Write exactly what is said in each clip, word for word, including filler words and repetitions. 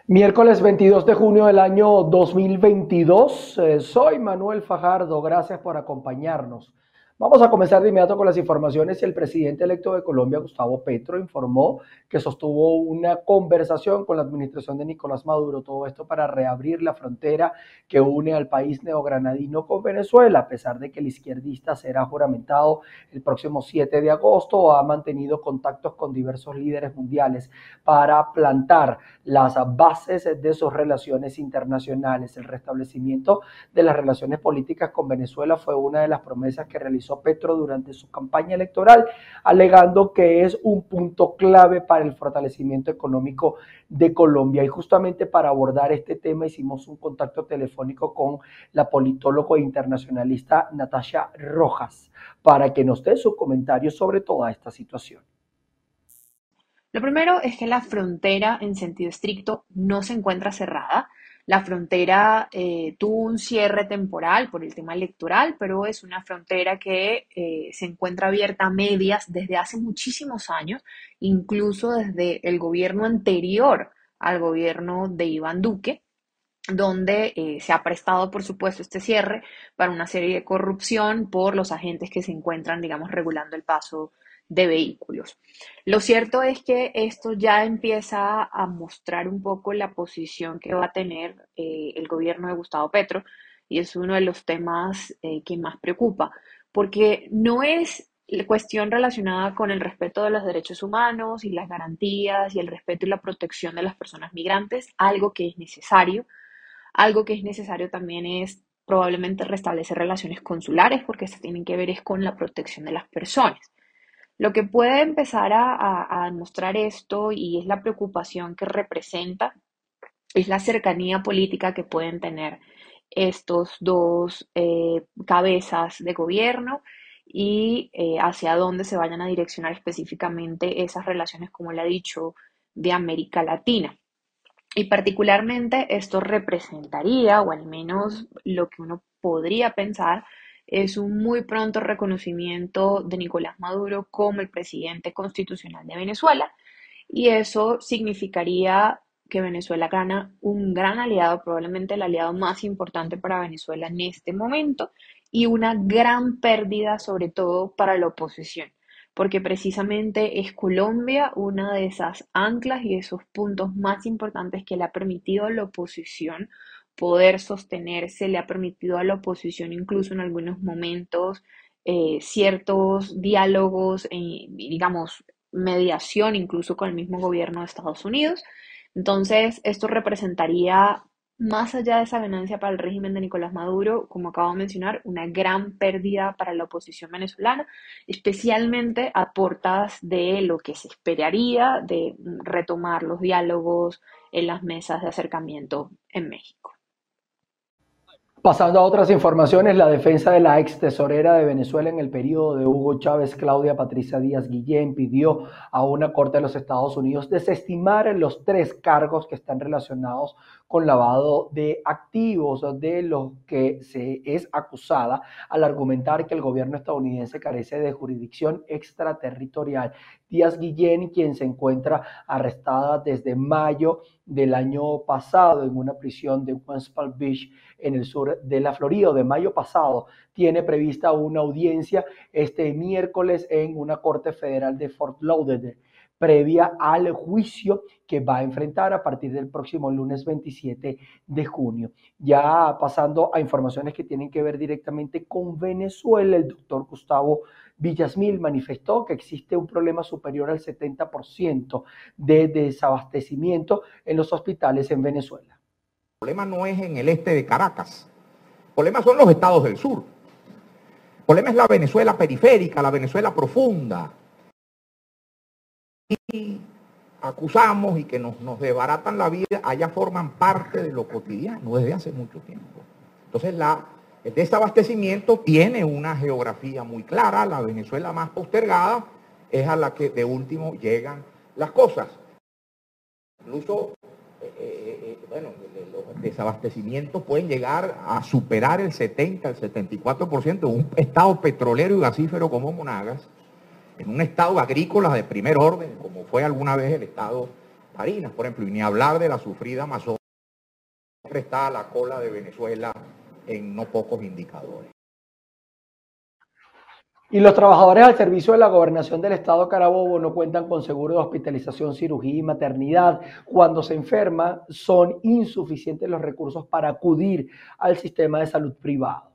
Miércoles veintidós de junio del año dos mil veintidós. Eh, soy Manuel Fajardo. Gracias por acompañarnos. Vamos a comenzar de inmediato con las informaciones. El presidente electo de Colombia, Gustavo Petro, informó que sostuvo una conversación con la administración de Nicolás Maduro. Todo esto para reabrir la frontera que une al país neogranadino con Venezuela. A pesar de que el izquierdista será juramentado el próximo siete de agosto, ha mantenido contactos con diversos líderes mundiales para plantar las bases de sus relaciones internacionales. El restablecimiento de las relaciones políticas con Venezuela fue una de las promesas que realizó Petro durante su campaña electoral, alegando que es un punto clave para el fortalecimiento económico de Colombia. Y justamente para abordar este tema hicimos un contacto telefónico con la politóloga e internacionalista Natasha Rojas para que nos dé sus comentarios sobre toda esta situación. Lo primero es que la frontera en sentido estricto no se encuentra cerrada. La frontera eh, tuvo un cierre temporal por el tema electoral, pero es una frontera que eh, se encuentra abierta a medias desde hace muchísimos años, incluso desde el gobierno anterior al gobierno de Iván Duque, donde eh, se ha prestado, por supuesto, este cierre para una serie de corrupción por los agentes que se encuentran, digamos, regulando el paso de vehículos. Lo cierto es que esto ya empieza a mostrar un poco la posición que va a tener eh, el gobierno de Gustavo Petro y es uno de los temas eh, que más preocupa, porque no es la cuestión relacionada con el respeto de los derechos humanos y las garantías y el respeto y la protección de las personas migrantes, algo que es necesario. Algo que es necesario también es probablemente restablecer relaciones consulares porque esto tienen que ver es con la protección de las personas. Lo que puede empezar a, a, a demostrar esto y es la preocupación que representa es la cercanía política que pueden tener estos dos eh, cabezas de gobierno y eh, hacia dónde se vayan a direccionar específicamente esas relaciones, como le ha dicho, de América Latina. Y particularmente esto representaría, o al menos lo que uno podría pensar, es un muy pronto reconocimiento de Nicolás Maduro como el presidente constitucional de Venezuela. Y eso significaría que Venezuela gana un gran aliado, probablemente el aliado más importante para Venezuela en este momento, y una gran pérdida sobre todo para la oposición porque precisamente es Colombia una de esas anclas y esos puntos más importantes que le ha permitido a la oposición poder sostenerse, le ha permitido a la oposición incluso en algunos momentos eh, ciertos diálogos, eh, digamos, mediación incluso con el mismo gobierno de Estados Unidos. Entonces, esto representaría más allá de esa ganancia para el régimen de Nicolás Maduro, como acabo de mencionar, una gran pérdida para la oposición venezolana, especialmente a portas de lo que se esperaría de retomar los diálogos en las mesas de acercamiento en México. Pasando a otras informaciones, la defensa de la ex tesorera de Venezuela en el periodo de Hugo Chávez, Claudia Patricia Díaz Guillén, pidió a una corte de los Estados Unidos desestimar los tres cargos que están relacionados con lavado de activos de los que se es acusada al argumentar que el gobierno estadounidense carece de jurisdicción extraterritorial. Díaz Guillén, quien se encuentra arrestada desde mayo del año pasado en una prisión de West Palm Beach en el sur de la Florida, de mayo pasado, tiene prevista una audiencia este miércoles en una corte federal de Fort Lauderdale, previa al juicio que va a enfrentar a partir del próximo lunes veintisiete de junio. Ya pasando a informaciones que tienen que ver directamente con Venezuela, el doctor Gustavo Villasmil manifestó que existe un problema superior al setenta por ciento de desabastecimiento en los hospitales en Venezuela. El problema no es en el este de Caracas, el problema son los estados del sur. El problema es la Venezuela periférica, la Venezuela profunda. Y acusamos y que nos, nos desbaratan la vida, allá forman parte de lo cotidiano desde hace mucho tiempo. Entonces la, el desabastecimiento tiene una geografía muy clara, la Venezuela más postergada es a la que de último llegan las cosas. Incluso Eh, eh, bueno, los desabastecimientos pueden llegar a superar el setenta, el setenta y cuatro por ciento de un estado petrolero y gasífero como Monagas, en un estado agrícola de primer orden, como fue alguna vez el estado harinas, por ejemplo, y ni hablar de la sufrida Amazonas, que está a la cola de Venezuela en no pocos indicadores. Y los trabajadores al servicio de la Gobernación del Estado Carabobo no cuentan con seguro de hospitalización, cirugía y maternidad. Cuando se enferma, son insuficientes los recursos para acudir al sistema de salud privado.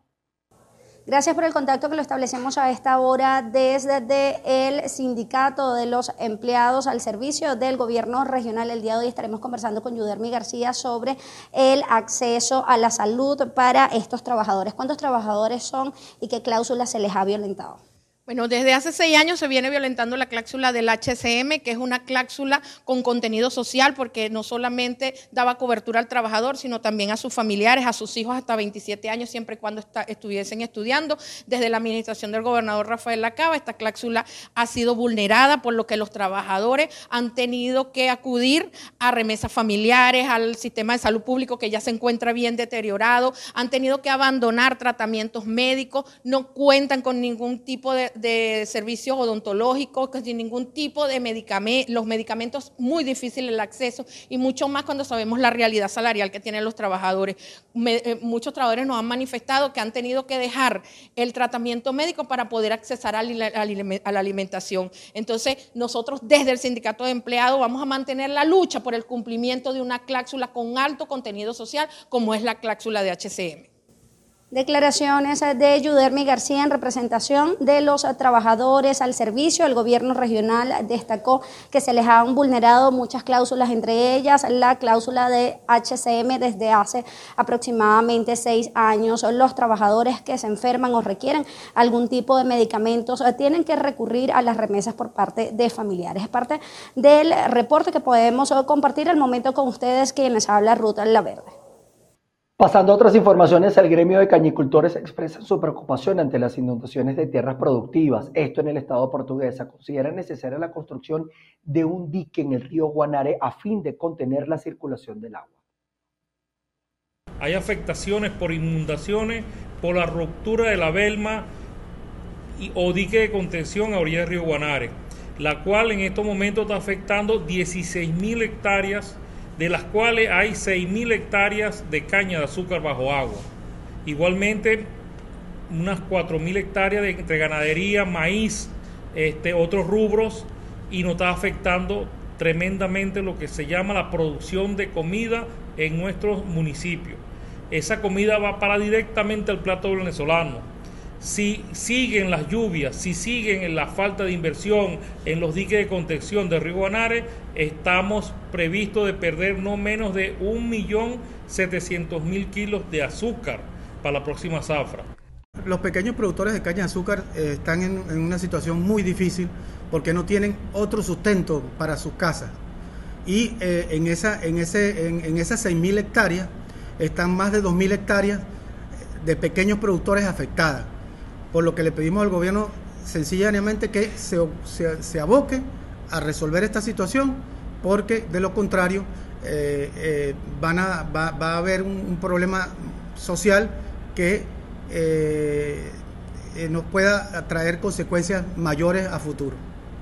Gracias por el contacto que lo establecemos a esta hora desde el Sindicato de los Empleados al Servicio del Gobierno Regional. El día de hoy estaremos conversando con Yudermi García sobre el acceso a la salud para estos trabajadores. ¿Cuántos trabajadores son y qué cláusulas se les ha violentado? Bueno, desde hace seis años se viene violentando la cláusula del H C M, que es una cláusula con contenido social, porque no solamente daba cobertura al trabajador, sino también a sus familiares, a sus hijos hasta veintisiete años, siempre y cuando está, estuviesen estudiando. Desde la administración del gobernador Rafael Lacaba, esta cláusula ha sido vulnerada, por lo que los trabajadores han tenido que acudir a remesas familiares, al sistema de salud público que ya se encuentra bien deteriorado, han tenido que abandonar tratamientos médicos, no cuentan con ningún tipo de de servicios odontológicos, sin ningún tipo de medicamentos, los medicamentos muy difíciles el acceso y mucho más cuando sabemos la realidad salarial que tienen los trabajadores. Me, eh, muchos trabajadores nos han manifestado que han tenido que dejar el tratamiento médico para poder accesar a la, a la alimentación. Entonces, nosotros desde el Sindicato de Empleados vamos a mantener la lucha por el cumplimiento de una cláusula con alto contenido social como es la cláusula de H C M. Declaraciones de Yudermi García en representación de los trabajadores al servicio. El gobierno regional destacó que se les han vulnerado muchas cláusulas, entre ellas la cláusula de H C M desde hace aproximadamente seis años. Los trabajadores que se enferman o requieren algún tipo de medicamentos tienen que recurrir a las remesas por parte de familiares. Es parte del reporte que podemos compartir al momento con ustedes, quienes habla Ruth Laverde. Pasando a otras informaciones, el gremio de cañicultores expresa su preocupación ante las inundaciones de tierras productivas. Esto en el estado portuguesa. Considera necesaria la construcción de un dique en el río Guanare a fin de contener la circulación del agua. Hay afectaciones por inundaciones, por la ruptura de la belma y, o dique de contención a orilla del río Guanare, la cual en estos momentos está afectando dieciséis mil hectáreas, de las cuales hay seis mil hectáreas de caña de azúcar bajo agua. Igualmente, unas cuatro mil hectáreas de, entre ganadería, maíz, este, otros rubros, y nos está afectando tremendamente lo que se llama la producción de comida en nuestros municipios. Esa comida va para directamente al plato venezolano. Si siguen las lluvias, si siguen en la falta de inversión en los diques de contención de Río Guanare, estamos previstos de perder no menos de un millón setecientos mil kilos de azúcar para la próxima zafra. Los pequeños productores de caña de azúcar eh, están en, en una situación muy difícil porque no tienen otro sustento para sus casas. Y eh, en, esa, en, ese, en, en esas seis mil hectáreas están más de dos mil hectáreas de pequeños productores afectadas. Por lo que le pedimos al gobierno sencillamente que se, se, se aboque a resolver esta situación, porque de lo contrario eh, eh, van a, va, va a haber un, un problema social que eh, eh, nos pueda traer consecuencias mayores a futuro.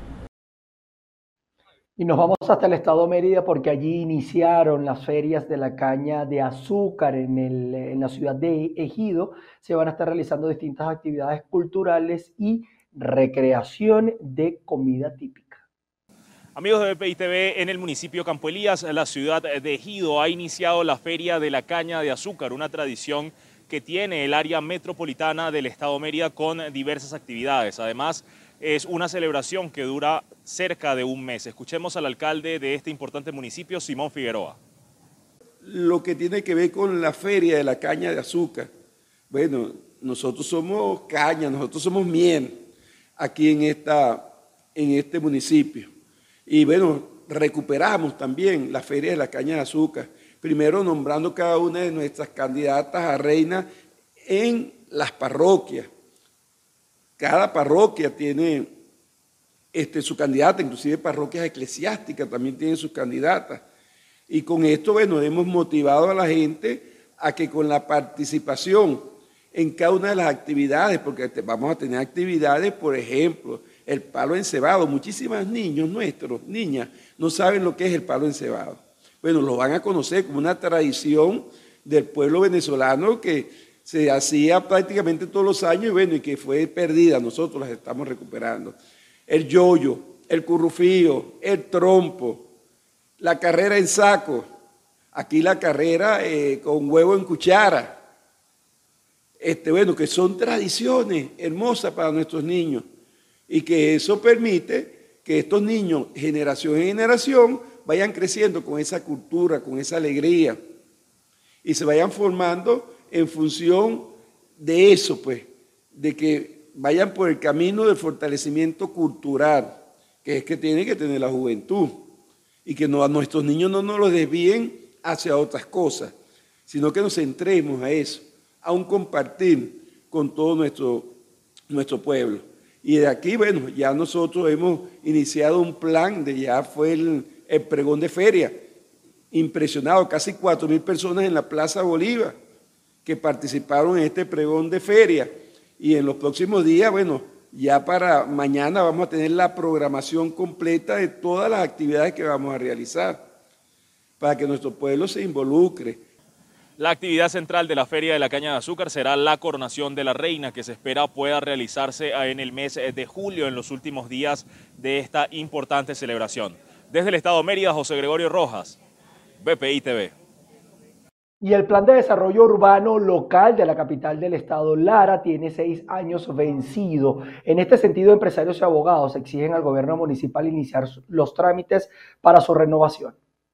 Y nos vamos hasta el estado Mérida porque allí iniciaron las ferias de la caña de azúcar en, el, en la ciudad de Ejido. Se van a estar realizando distintas actividades culturales y recreación de comida típica. Amigos de B P I T V, en el municipio Campo Elías, la ciudad de Ejido, ha iniciado la feria de la caña de azúcar, una tradición que tiene el área metropolitana del estado Mérida con diversas actividades. Además, es una celebración que dura cerca de un mes. Escuchemos al alcalde de este importante municipio, Simón Figueroa. Lo que tiene que ver con la feria de la caña de azúcar. Bueno, nosotros somos caña, nosotros somos miel aquí en, esta, en este municipio. Y bueno, recuperamos también la feria de la caña de azúcar. Primero nombrando cada una de nuestras candidatas a reina en las parroquias. Cada parroquia tiene este, su candidata, inclusive parroquias eclesiásticas también tienen sus candidatas. Y con esto, bueno, hemos motivado a la gente a que con la participación en cada una de las actividades, porque vamos a tener actividades, por ejemplo, el palo encebado. Muchísimas niños nuestros, niñas, no saben lo que es el palo encebado. Bueno, lo van a conocer como una tradición del pueblo venezolano que se hacía prácticamente todos los años y bueno, y que fue perdida, nosotros las estamos recuperando. El yoyo, el currufío, el trompo, la carrera en saco, aquí la carrera eh, con huevo en cuchara, este, bueno, que son tradiciones hermosas para nuestros niños y que eso permite que estos niños, generación en generación, vayan creciendo con esa cultura, con esa alegría y se vayan formando en función de eso, pues, de que vayan por el camino del fortalecimiento cultural, que es que tiene que tener la juventud y que no, a nuestros niños no nos los desvíen hacia otras cosas, sino que nos centremos a eso, a un compartir con todo nuestro, nuestro pueblo. Y de aquí, bueno, ya nosotros hemos iniciado un plan de ya fue el, el pregón de feria, impresionado, casi cuatro mil personas en la Plaza Bolívar que participaron en este pregón de feria. Y en los próximos días, bueno, ya para mañana vamos a tener la programación completa de todas las actividades que vamos a realizar para que nuestro pueblo se involucre. La actividad central de la Feria de la Caña de Azúcar será la coronación de la reina, que se espera pueda realizarse en el mes de julio, en los últimos días de esta importante celebración. Desde el Estado Mérida, José Gregorio Rojas, B P I T V. Y el Plan de Desarrollo Urbano Local de la capital del estado, Lara, tiene seis años vencido. En este sentido, empresarios y abogados exigen al gobierno municipal iniciar los trámites para su renovación.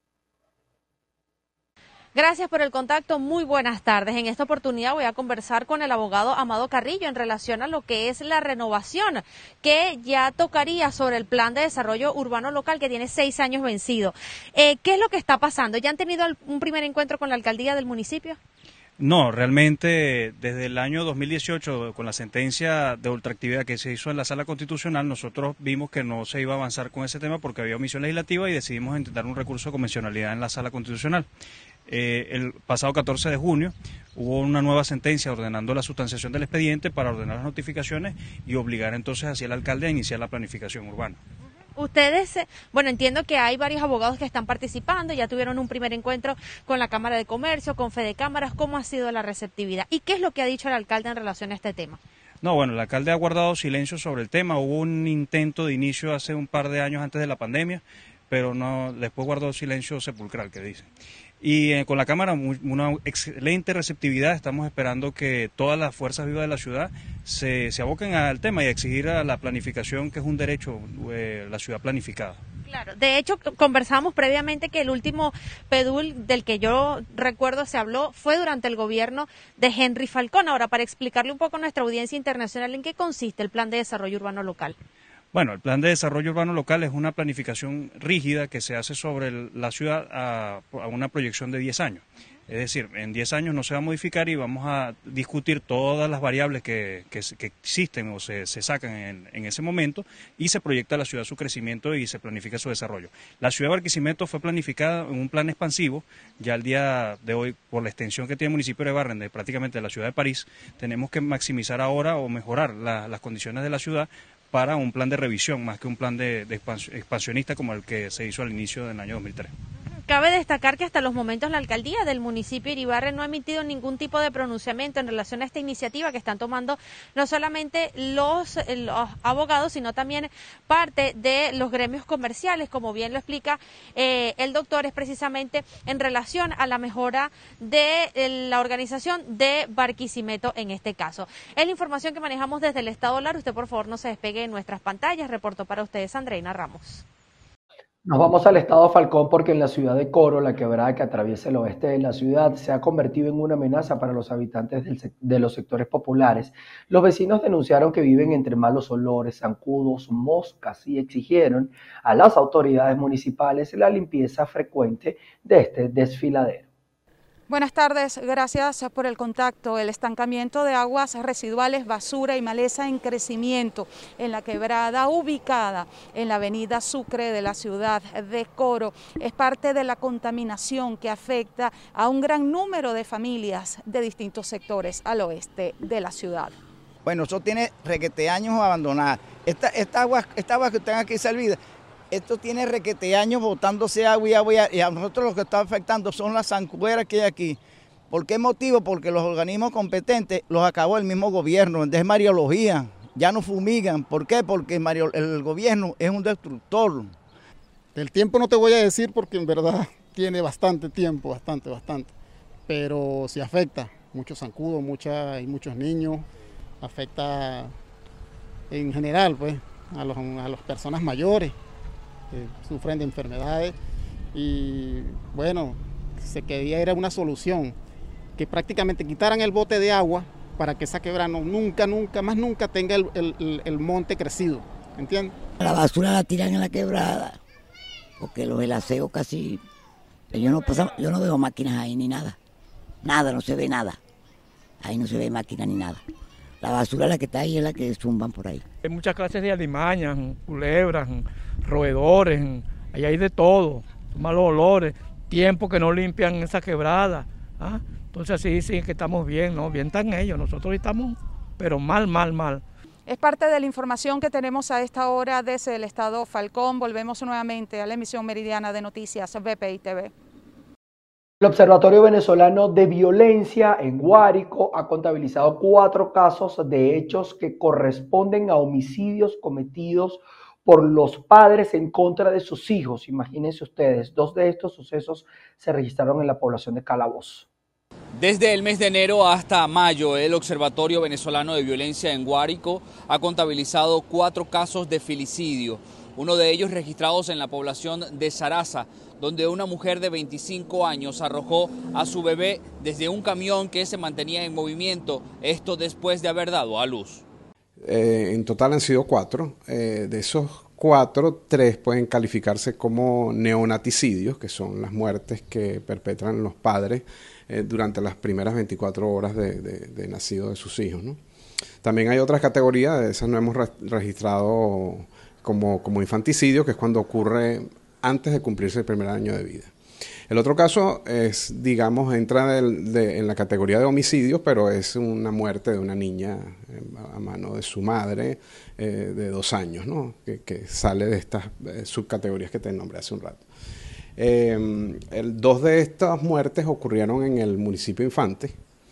Gracias por el contacto, muy buenas tardes. En esta oportunidad voy a conversar con el abogado Amado Carrillo en relación a lo que es la renovación que ya tocaría sobre el Plan de Desarrollo Urbano Local que tiene seis años vencido. Eh, ¿Qué es lo que está pasando? ¿Ya han tenido un primer encuentro con la alcaldía del municipio? No, realmente desde el año dos mil dieciocho, con la sentencia de ultraactividad que se hizo en la Sala Constitucional, nosotros vimos que no se iba a avanzar con ese tema porque había omisión legislativa y decidimos intentar un recurso de convencionalidad en la Sala Constitucional. Eh, el pasado catorce de junio hubo una nueva sentencia ordenando la sustanciación del expediente para ordenar las notificaciones y obligar entonces hacia el alcalde a iniciar la planificación urbana. Ustedes, bueno, entiendo que hay varios abogados que están participando, ya tuvieron un primer encuentro con la Cámara de Comercio, con Fede Cámaras. ¿Cómo ha sido la receptividad? ¿Y qué es lo que ha dicho el alcalde en relación a este tema? No, bueno, el alcalde ha guardado silencio sobre el tema. Hubo un intento de inicio hace un par de años antes de la pandemia, pero no, después guardó silencio sepulcral, que dicen. Y eh, con la Cámara una excelente receptividad, estamos esperando que todas las fuerzas vivas de la ciudad se, se aboquen al tema y a exigir a la planificación, que es un derecho, eh, la ciudad planificada. Claro, de hecho conversamos previamente que el último P E D U L del que yo recuerdo se habló fue durante el gobierno de Henry Falcón. Ahora, para explicarle un poco a nuestra audiencia internacional, ¿en qué consiste el Plan de Desarrollo Urbano Local? Bueno, el Plan de Desarrollo Urbano Local es una planificación rígida que se hace sobre el, la ciudad a, a una proyección de diez años. Es decir, en diez años no se va a modificar y vamos a discutir todas las variables que, que, que existen o se, se sacan en, en ese momento y se proyecta a la ciudad su crecimiento y se planifica su desarrollo. La ciudad de Barquisimeto fue planificada en un plan expansivo. Ya al día de hoy, por la extensión que tiene el municipio de Barren, de prácticamente la ciudad de París, tenemos que maximizar ahora o mejorar la, las condiciones de la ciudad para un plan de revisión, más que un plan de, de expansionista como el que se hizo al inicio del año dos mil tres. Cabe destacar que hasta los momentos la alcaldía del municipio de Iribarren no ha emitido ningún tipo de pronunciamiento en relación a esta iniciativa que están tomando no solamente los, los abogados, sino también parte de los gremios comerciales, como bien lo explica eh, el doctor, es precisamente en relación a la mejora de eh, la organización de Barquisimeto en este caso. Es la información que manejamos desde el Estado Lara. Usted por favor no se despegue de nuestras pantallas. Reportó para ustedes Andreina Ramos. Nos vamos al estado Falcón porque en la ciudad de Coro, la quebrada que atraviesa el oeste de la ciudad, se ha convertido en una amenaza para los habitantes del, de los sectores populares. Los vecinos denunciaron que viven entre malos olores, zancudos, moscas y exigieron a las autoridades municipales la limpieza frecuente de este desfiladero. Buenas tardes, gracias por el contacto. El estancamiento de aguas residuales, basura y maleza en crecimiento en la quebrada ubicada en la avenida Sucre de la ciudad de Coro es parte de la contaminación que afecta a un gran número de familias de distintos sectores al oeste de la ciudad. Bueno, eso tiene requete años abandonadas. Esta, esta, agua, esta agua que están aquí servidas Esto tiene requete años botándose agua y agua, y a nosotros lo que está afectando son las zancueras que hay aquí. ¿Por qué motivo? Porque los organismos competentes los acabó el mismo gobierno, es mariología, ya no fumigan. ¿Por qué? Porque el gobierno es un destructor. El tiempo no te voy a decir porque en verdad tiene bastante tiempo, bastante, bastante. Pero sí afecta, muchos zancudos, mucha, hay muchos niños, afecta en general pues a, los, a las personas mayores que sufren de enfermedades y bueno, se quería era una solución, que prácticamente quitaran el bote de agua para que esa quebrada no, nunca, nunca, más nunca tenga el, el, el monte crecido, ¿entiendes? La basura la tiran en la quebrada, porque los elaseos casi, yo no, paso, yo no veo máquinas ahí ni nada, nada, no se ve nada, ahí no se ve máquina ni nada. La basura la que está ahí es la que zumban por ahí. Hay muchas clases de alimañas, culebras, roedores, ahí hay de todo, malos olores, tiempo que no limpian esa quebrada, ¿ah? Entonces así sí que estamos bien, ¿no? Bien están ellos, nosotros estamos, pero mal, mal, mal. Es parte de la información que tenemos a esta hora desde el estado Falcón. Volvemos nuevamente a la emisión meridiana de noticias B P I T V. El Observatorio Venezolano de Violencia en Guárico ha contabilizado cuatro casos de hechos que corresponden a homicidios cometidos por los padres en contra de sus hijos. Imagínense ustedes, dos de estos sucesos se registraron en la población de Calabozo. Desde el mes de enero hasta mayo, el Observatorio Venezolano de Violencia en Guárico ha contabilizado cuatro casos de filicidio, uno de ellos registrados en la población de Saraza, donde una mujer de veinticinco años arrojó a su bebé desde un camión que se mantenía en movimiento, esto después de haber dado a luz. Eh, en total han sido cuatro, eh, de esos cuatro, tres pueden calificarse como neonaticidios, que son las muertes que perpetran los padres eh, durante las primeras veinticuatro horas de, de, de nacido de sus hijos, ¿no? También hay otras categorías, de esas no hemos re registrado como, como infanticidio, que es cuando ocurre antes de cumplirse el primer año de vida. El otro caso es, digamos, entra del, de, en la categoría de homicidios, pero es una muerte de una niña eh, a mano de su madre eh, de dos años, ¿no? que, que sale de estas eh, subcategorías que te nombré hace un rato. Eh, el, dos de estas muertes ocurrieron en el municipio Infante,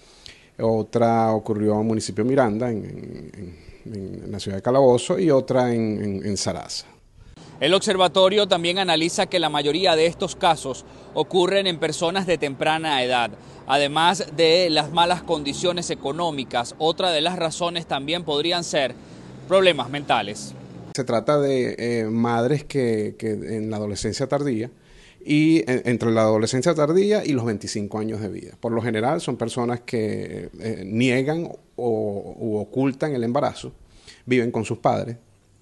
otra ocurrió en el municipio Miranda, en, en, en, en la ciudad de Calabozo, y otra en, en, en Saraza. El observatorio también analiza que la mayoría de estos casos ocurren en personas de temprana edad. Además de las malas condiciones económicas, otra de las razones también podrían ser problemas mentales. Se trata de eh, madres que, que en la adolescencia tardía, y en, entre la adolescencia tardía y los veinticinco años de vida. Por lo general son personas que eh, niegan o u ocultan el embarazo, viven con sus padres,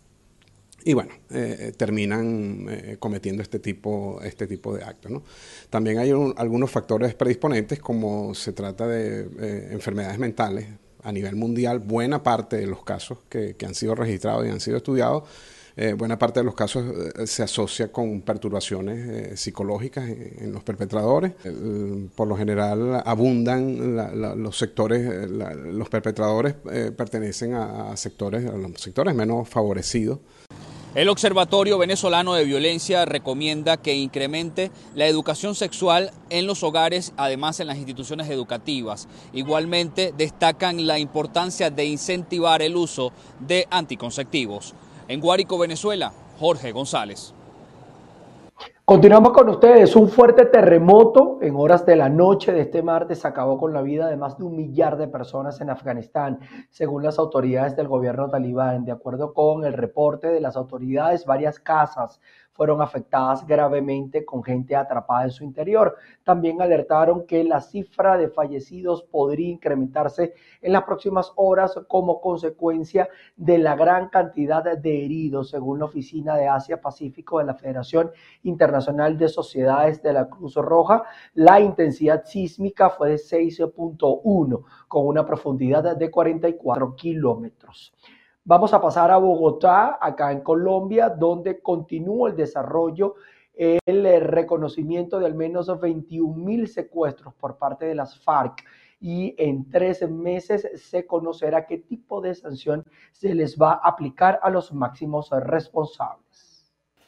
y bueno, eh, terminan eh, cometiendo este tipo, este tipo de actos, ¿no? También hay un, algunos factores predisponentes, como se trata de eh, enfermedades mentales a nivel mundial. Buena parte de los casos que, que han sido registrados y han sido estudiados, eh, buena parte de los casos eh, se asocia con perturbaciones eh, psicológicas en, en los perpetradores. Eh, por lo general abundan la, la, los sectores, la, los perpetradores eh, pertenecen a, a sectores, a los sectores menos favorecidos. El Observatorio Venezolano de Violencia recomienda que incremente la educación sexual en los hogares, además en las instituciones educativas. Igualmente destacan la importancia de incentivar el uso de anticonceptivos. En Guárico, Venezuela, Jorge González. Continuamos con ustedes. Un fuerte terremoto en horas de la noche de este martes acabó con la vida de más de un millar de personas en Afganistán, según las autoridades del gobierno talibán. De acuerdo con el reporte de las autoridades, varias casas fueron afectadas gravemente con gente atrapada en su interior. También alertaron que la cifra de fallecidos podría incrementarse en las próximas horas como consecuencia de la gran cantidad de heridos, según la Oficina de Asia-Pacífico de la Federación Internacional de Sociedades de la Cruz Roja. La intensidad sísmica fue de seis punto uno, con una profundidad de cuarenta y cuatro kilómetros. Vamos a pasar a Bogotá, acá en Colombia, donde continúa el desarrollo, el reconocimiento de al menos veintiún mil secuestros por parte de las FARC, y en tres meses se conocerá qué tipo de sanción se les va a aplicar a los máximos responsables.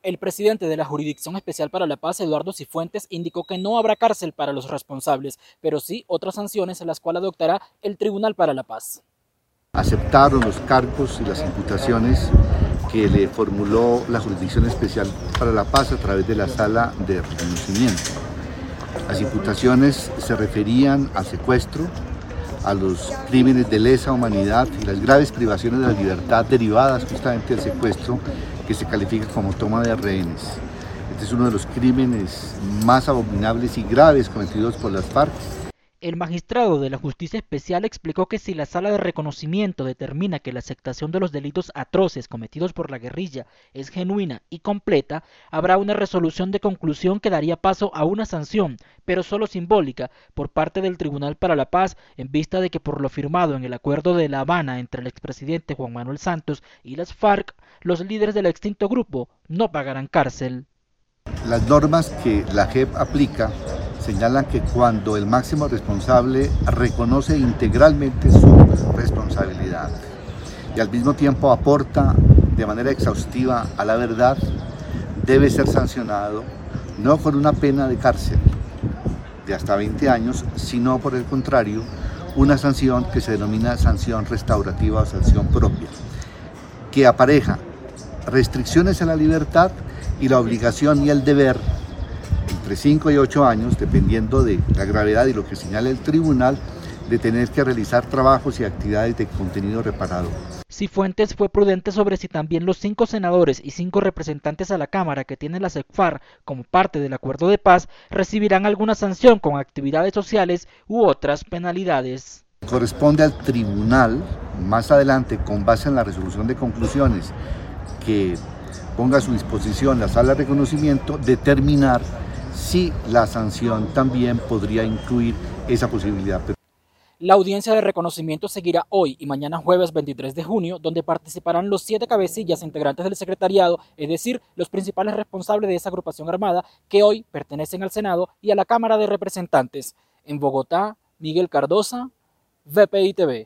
El presidente de la Jurisdicción Especial para la Paz, Eduardo Cifuentes, indicó que no habrá cárcel para los responsables, pero sí otras sanciones en las cuales adoptará el Tribunal para la Paz. Aceptaron los cargos y las imputaciones que le formuló la Jurisdicción Especial para la Paz a través de la Sala de Reconocimiento. Las imputaciones se referían al secuestro, a los crímenes de lesa humanidad y las graves privaciones de la libertad derivadas justamente del secuestro, que se califica como toma de rehenes. Este es uno de los crímenes más abominables y graves cometidos por las FARC. El magistrado de la Justicia Especial explicó que si la Sala de Reconocimiento determina que la aceptación de los delitos atroces cometidos por la guerrilla es genuina y completa, habrá una resolución de conclusión que daría paso a una sanción, pero solo simbólica, por parte del Tribunal para la Paz, en vista de que por lo firmado en el Acuerdo de La Habana entre el expresidente Juan Manuel Santos y las FARC, los líderes del extinto grupo no pagarán cárcel. Las normas que la J E P aplica señalan que cuando el máximo responsable reconoce integralmente su responsabilidad y al mismo tiempo aporta de manera exhaustiva a la verdad, debe ser sancionado no con una pena de cárcel de hasta veinte años, sino por el contrario, una sanción que se denomina sanción restaurativa o sanción propia, que apareja restricciones a la libertad y la obligación y el deber entre cinco y ocho años, dependiendo de la gravedad y lo que señala el tribunal, de tener que realizar trabajos y actividades de contenido reparado. Cifuentes fue prudente sobre si también los cinco senadores y cinco representantes a la Cámara que tiene la CEFAR como parte del acuerdo de paz recibirán alguna sanción con actividades sociales u otras penalidades. Corresponde al tribunal, más adelante, con base en la resolución de conclusiones que ponga a su disposición la Sala de Reconocimiento, determinar si la sanción también podría incluir esa posibilidad. La audiencia de reconocimiento seguirá hoy y mañana jueves veintitrés de junio, donde participarán los siete cabecillas integrantes del secretariado, es decir, los principales responsables de esa agrupación armada que hoy pertenecen al Senado y a la Cámara de Representantes. En Bogotá, Miguel Cardosa, V P I T V.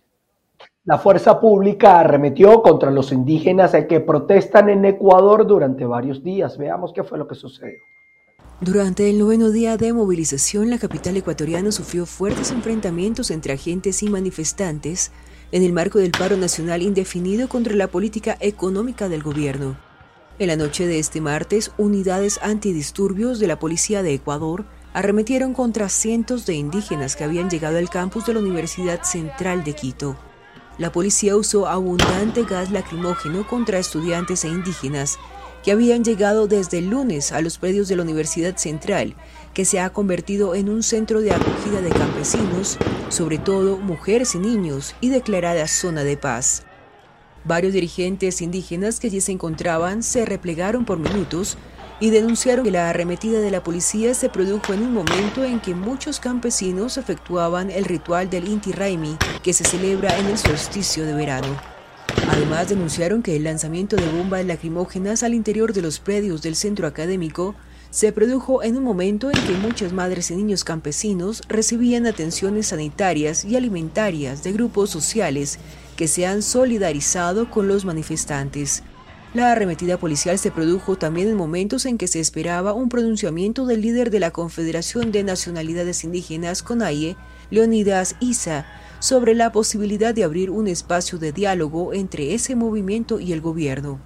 La fuerza pública arremetió contra los indígenas que protestan en Ecuador durante varios días. Veamos qué fue lo que sucedió. Durante el noveno día de movilización, la capital ecuatoriana sufrió fuertes enfrentamientos entre agentes y manifestantes en el marco del paro nacional indefinido contra la política económica del gobierno. En la noche de este martes, unidades antidisturbios de la Policía de Ecuador arremetieron contra cientos de indígenas que habían llegado al campus de la Universidad Central de Quito. La policía usó abundante gas lacrimógeno contra estudiantes e indígenas que habían llegado desde el lunes a los predios de la Universidad Central, que se ha convertido en un centro de acogida de campesinos, sobre todo mujeres y niños, y declarada zona de paz. Varios dirigentes indígenas que allí se encontraban se replegaron por minutos y denunciaron que la arremetida de la policía se produjo en un momento en que muchos campesinos efectuaban el ritual del Inti Raymi, que se celebra en el solsticio de verano. Además, denunciaron que el lanzamiento de bombas lacrimógenas al interior de los predios del centro académico se produjo en un momento en que muchas madres y niños campesinos recibían atenciones sanitarias y alimentarias de grupos sociales que se han solidarizado con los manifestantes. La arremetida policial se produjo también en momentos en que se esperaba un pronunciamiento del líder de la Confederación de Nacionalidades Indígenas, CONAIE, Leonidas Issa, sobre la posibilidad de abrir un espacio de diálogo entre ese movimiento y el gobierno.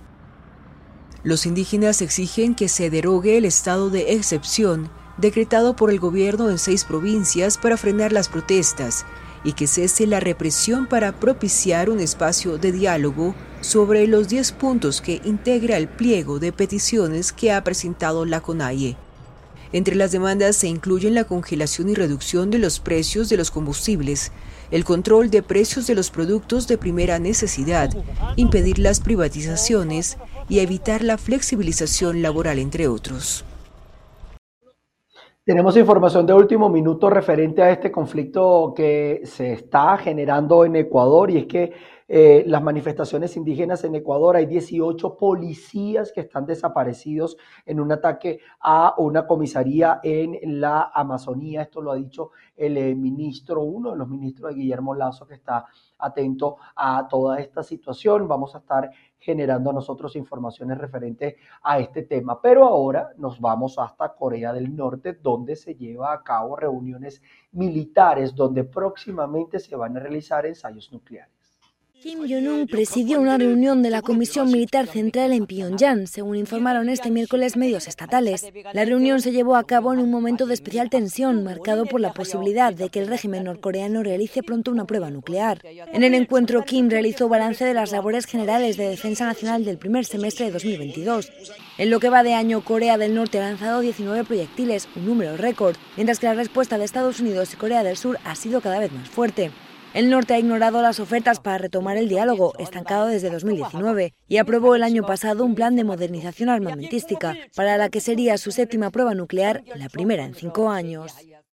Los indígenas exigen que se derogue el estado de excepción decretado por el gobierno en seis provincias para frenar las protestas y que cese la represión para propiciar un espacio de diálogo sobre los diez puntos que integra el pliego de peticiones que ha presentado la CONAIE. Entre las demandas se incluyen la congelación y reducción de los precios de los combustibles, el control de precios de los productos de primera necesidad, impedir las privatizaciones y evitar la flexibilización laboral, entre otros. Tenemos información de último minuto referente a este conflicto que se está generando en Ecuador, y es que eh, las manifestaciones indígenas en Ecuador. Hay dieciocho policías que están desaparecidos en un ataque a una comisaría en la Amazonía. Esto lo ha dicho el eh, ministro, uno de los ministros de Guillermo Lasso, que está atento a toda esta situación. Vamos a estar generando nosotros informaciones referentes a este tema. Pero ahora nos vamos hasta Corea del Norte, donde se lleva a cabo reuniones militares, donde próximamente se van a realizar ensayos nucleares. Kim Jong-un presidió una reunión de la Comisión Militar Central en Pyongyang, según informaron este miércoles medios estatales. La reunión se llevó a cabo en un momento de especial tensión, marcado por la posibilidad de que el régimen norcoreano realice pronto una prueba nuclear. En el encuentro, Kim realizó balance de las labores generales de defensa nacional del primer semestre de dos mil veintidós. En lo que va de año, Corea del Norte ha lanzado diecinueve proyectiles, un número récord, mientras que la respuesta de Estados Unidos y Corea del Sur ha sido cada vez más fuerte. El norte ha ignorado las ofertas para retomar el diálogo, estancado desde dos mil diecinueve, y aprobó el año pasado un plan de modernización armamentística, para la que sería su séptima prueba nuclear, la primera en cinco años.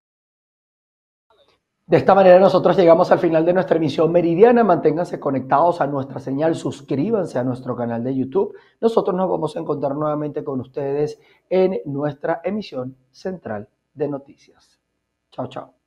De esta manera nosotros llegamos al final de nuestra emisión meridiana. Manténganse conectados a nuestra señal, suscríbanse a nuestro canal de YouTube. Nosotros nos vamos a encontrar nuevamente con ustedes en nuestra emisión central de noticias. Chao, chao.